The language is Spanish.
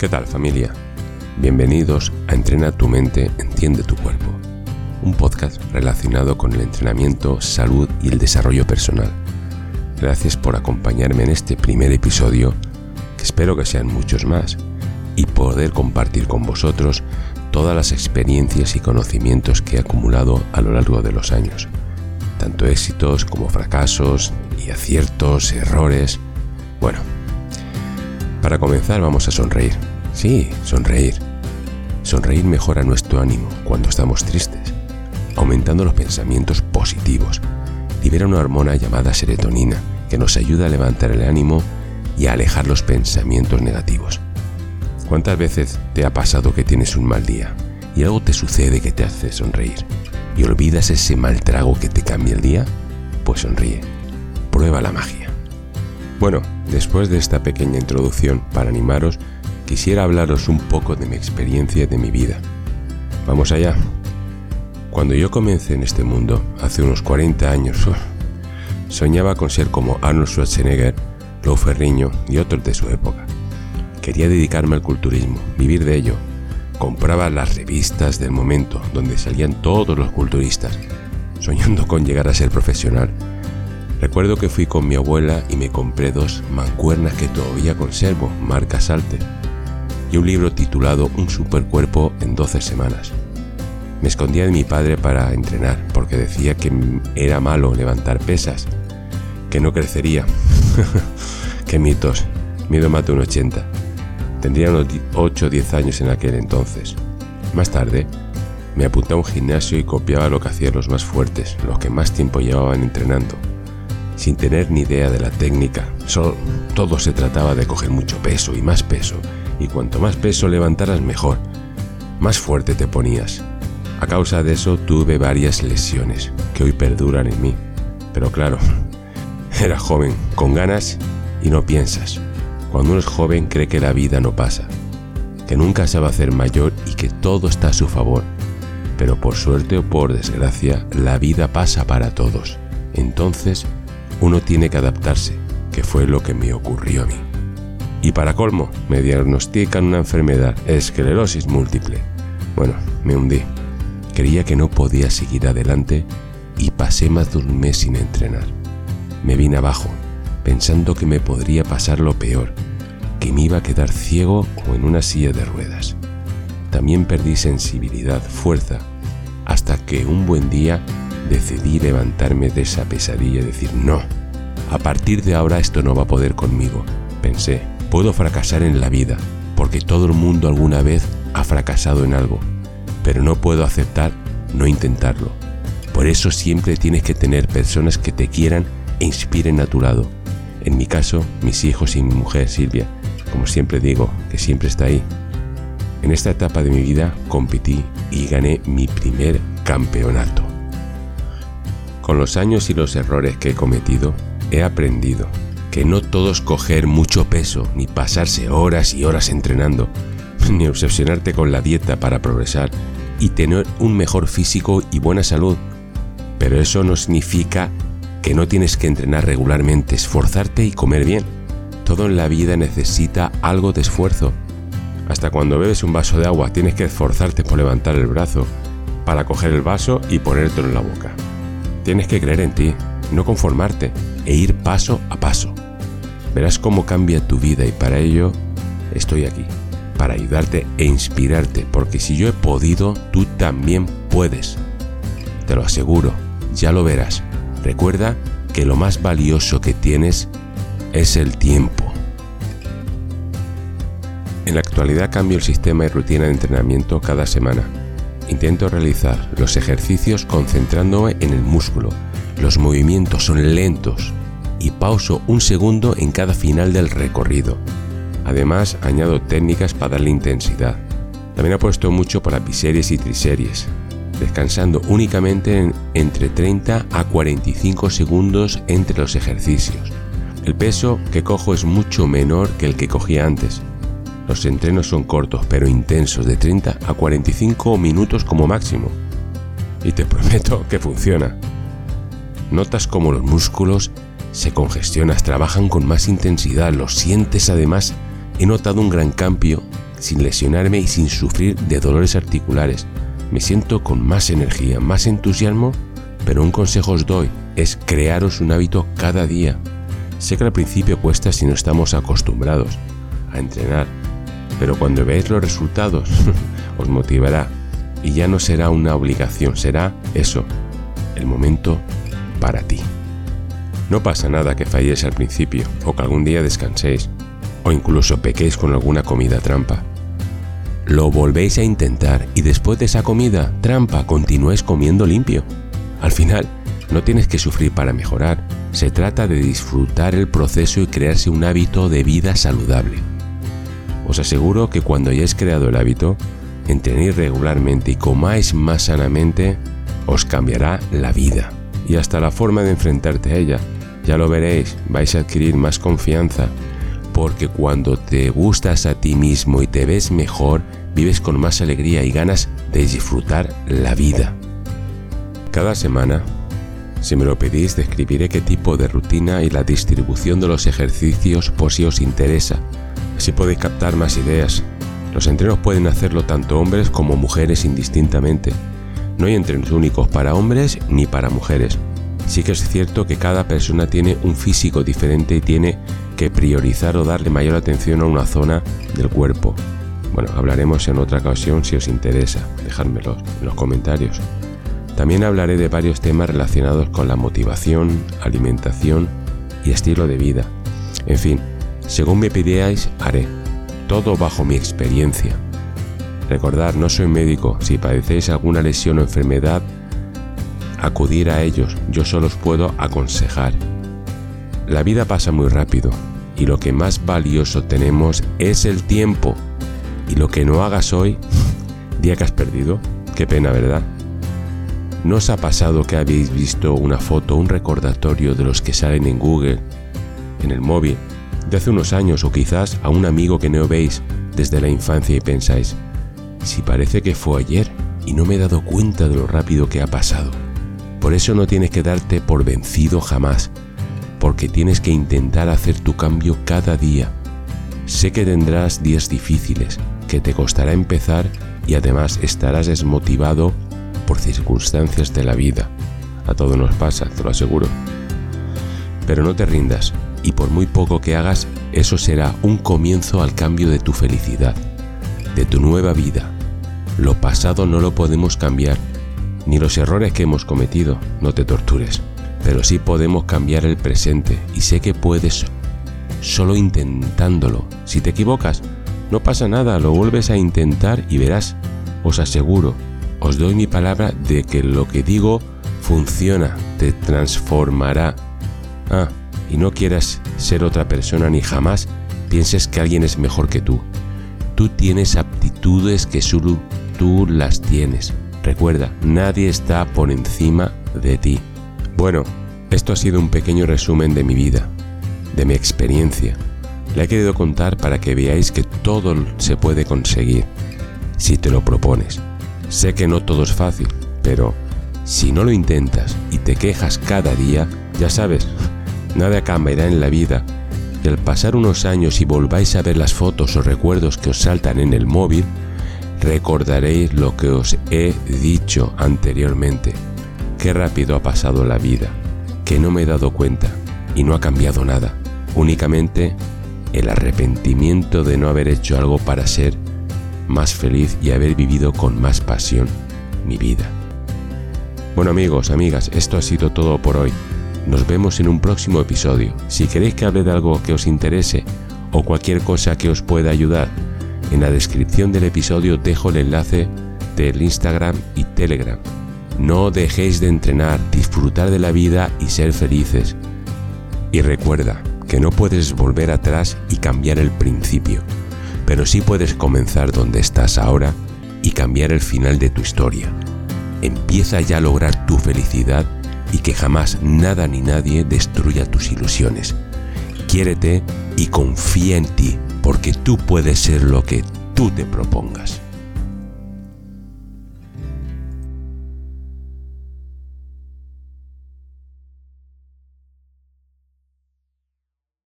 ¿Qué tal, familia? Bienvenidos a Entrena tu mente, entiende tu cuerpo, un podcast relacionado con el entrenamiento, salud y el desarrollo personal. Gracias por acompañarme en este primer episodio, que espero que sean muchos más, y poder compartir con vosotros todas las experiencias y conocimientos que he acumulado a lo largo de los años, tanto éxitos como fracasos y aciertos, errores. Bueno, para comenzar vamos a sonreír. Sí, sonreír. Sonreír mejora nuestro ánimo cuando estamos tristes, aumentando los pensamientos positivos. Libera una hormona llamada serotonina que nos ayuda a levantar el ánimo y a alejar los pensamientos negativos. ¿Cuántas veces te ha pasado que tienes un mal día y algo te sucede que te hace sonreír y olvidas ese mal trago que te cambia el día? Pues sonríe. Prueba la magia. Bueno, después de esta pequeña introducción para animaros, quisiera hablaros un poco de mi experiencia y de mi vida. Vamos allá. Cuando yo comencé en este mundo, hace unos 40 años, soñaba con ser como Arnold Schwarzenegger, Lou Ferrigno y otros de su época. Quería dedicarme al culturismo, vivir de ello. Compraba las revistas del momento donde salían todos los culturistas, soñando con llegar a ser profesional. Recuerdo que fui con mi abuela y me compré 2 mancuernas que todavía conservo, marca Salter, y un libro titulado Un supercuerpo en 12 semanas. Me escondía de mi padre para entrenar, porque decía que era malo levantar pesas, que no crecería. ¡Qué mitos! Mido más de 1,80. Tendría unos 8 o 10 años en aquel entonces. Más tarde, me apunté a un gimnasio y copiaba lo que hacían los más fuertes, los que más tiempo llevaban entrenando, sin tener ni idea de la técnica. Todo se trataba de coger mucho peso, y cuanto más peso levantaras mejor, más fuerte te ponías. A causa de eso tuve varias lesiones que hoy perduran en mí. Pero claro, era joven, con ganas y no piensas. Cuando uno es joven cree que la vida no pasa, que nunca se va a hacer mayor y que todo está a su favor. Pero por suerte o por desgracia, la vida pasa para todos. Entonces, uno tiene que adaptarse, que fue lo que me ocurrió a mí. Y para colmo, me diagnostican una enfermedad, esclerosis múltiple. Bueno, me hundí. Creía que no podía seguir adelante y pasé más de un mes sin entrenar. Me vine abajo, pensando que me podría pasar lo peor, que me iba a quedar ciego o en una silla de ruedas. También perdí sensibilidad, fuerza, hasta que un buen día decidí levantarme de esa pesadilla y decir no. A partir de ahora esto no va a poder conmigo. Pensé, puedo fracasar en la vida, porque todo el mundo alguna vez ha fracasado en algo, pero no puedo aceptar no intentarlo. Por eso siempre tienes que tener personas que te quieran e inspiren a tu lado. En mi caso, mis hijos y mi mujer Silvia, como siempre digo, que siempre está ahí. En esta etapa de mi vida competí y gané mi primer campeonato. Con los años y los errores que he cometido, he aprendido que no todo es coger mucho peso, ni pasarse horas y horas entrenando, ni obsesionarte con la dieta para progresar y tener un mejor físico y buena salud. Pero eso no significa que no tienes que entrenar regularmente, esforzarte y comer bien. Todo en la vida necesita algo de esfuerzo. Hasta cuando bebes un vaso de agua tienes que esforzarte por levantar el brazo para coger el vaso y ponértelo en la boca. Tienes que creer en ti, no conformarte e ir paso a paso. Verás cómo cambia tu vida y para ello estoy aquí, para ayudarte e inspirarte, porque si yo he podido, tú también puedes. Te lo aseguro, ya lo verás. Recuerda que lo más valioso que tienes es el tiempo. En la actualidad cambio el sistema y rutina de entrenamiento cada semana. Intento realizar los ejercicios concentrándome en el músculo. Los movimientos son lentos y pauso un segundo en cada final del recorrido. Además, añado técnicas para darle intensidad. También apuesto mucho por las biseries y triseries, descansando únicamente entre 30 a 45 segundos entre los ejercicios. El peso que cojo es mucho menor que el que cogía antes. Los entrenos son cortos pero intensos, de 30 a 45 minutos como máximo. Y te prometo que funciona. Notas como los músculos se congestionan, trabajan con más intensidad, los sientes además. He notado un gran cambio sin lesionarme y sin sufrir de dolores articulares. Me siento con más energía, más entusiasmo, pero un consejo os doy, es crearos un hábito cada día. Sé que al principio cuesta si no estamos acostumbrados a entrenar, pero cuando veáis los resultados os motivará y ya no será una obligación, será eso, el momento para ti. No pasa nada que falléis al principio o que algún día descanséis o incluso pequéis con alguna comida trampa. Lo volvéis a intentar y después de esa comida trampa continuáis comiendo limpio. Al final, no tienes que sufrir para mejorar. Se trata de disfrutar el proceso y crearse un hábito de vida saludable. Os aseguro que cuando hayáis creado el hábito, entrenéis regularmente y comáis más sanamente, os cambiará la vida y hasta la forma de enfrentarte a ella. Ya lo veréis, vais a adquirir más confianza, porque cuando te gustas a ti mismo y te ves mejor, vives con más alegría y ganas de disfrutar la vida. Cada semana, si me lo pedís, describiré qué tipo de rutina y la distribución de los ejercicios por si os interesa. Así podéis captar más ideas. Los entrenos pueden hacerlo tanto hombres como mujeres indistintamente. No hay entrenos únicos para hombres ni para mujeres. Sí que es cierto que cada persona tiene un físico diferente y tiene que priorizar o darle mayor atención a una zona del cuerpo. Bueno, hablaremos en otra ocasión si os interesa, dejádmelo en los comentarios. También hablaré de varios temas relacionados con la motivación, alimentación y estilo de vida. En fin, según me pidáis, haré. Todo bajo mi experiencia. Recordad, no soy médico. Si padecéis alguna lesión o enfermedad, acudir a ellos. Yo solo os puedo aconsejar. La vida pasa muy rápido y lo que más valioso tenemos es el tiempo. Y lo que no hagas hoy, día que has perdido. Qué pena, ¿verdad? ¿No os ha pasado que habéis visto una foto, un recordatorio de los que salen en Google, en el móvil, de hace unos años o quizás a un amigo que no veis desde la infancia y pensáis, si parece que fue ayer y no me he dado cuenta de lo rápido que ha pasado? Por eso no tienes que darte por vencido jamás, porque tienes que intentar hacer tu cambio cada día. Sé que tendrás días difíciles, que te costará empezar y además estarás desmotivado por circunstancias de la vida. A todos nos pasa, te lo aseguro. Pero no te rindas, y por muy poco que hagas, eso será un comienzo al cambio de tu felicidad, de tu nueva vida. Lo pasado no lo podemos cambiar, ni los errores que hemos cometido, no te tortures. Pero sí podemos cambiar el presente, y sé que puedes solo intentándolo. Si te equivocas, no pasa nada, lo vuelves a intentar y verás, os aseguro, os doy mi palabra de que lo que digo funciona, te transformará. Y no quieras ser otra persona ni jamás pienses que alguien es mejor que tú. Tú tienes aptitudes que solo tú las tienes. Recuerda, nadie está por encima de ti. Bueno, esto ha sido un pequeño resumen de mi vida, de mi experiencia. La he querido contar para que veáis que todo se puede conseguir si te lo propones. Sé que no todo es fácil, pero si no lo intentas y te quejas cada día, ya sabes, nada cambiará en la vida. Y al pasar unos años y volváis a ver las fotos o recuerdos que os saltan en el móvil, recordaréis lo que os he dicho anteriormente. Qué rápido ha pasado la vida, que no me he dado cuenta y no ha cambiado nada. Únicamente el arrepentimiento de no haber hecho algo para ser más feliz y haber vivido con más pasión mi vida. Bueno amigos, amigas, esto ha sido todo por hoy. Nos vemos en un próximo episodio. Si queréis que hable de algo que os interese o cualquier cosa que os pueda ayudar, en la descripción del episodio dejo el enlace del Instagram y Telegram. No dejéis de entrenar, disfrutar de la vida y ser felices. Y recuerda que no puedes volver atrás y cambiar el principio, pero sí puedes comenzar donde estás ahora y cambiar el final de tu historia. Empieza ya a lograr tu felicidad y que jamás nada ni nadie destruya tus ilusiones. Quiérete y confía en ti, porque tú puedes ser lo que tú te propongas.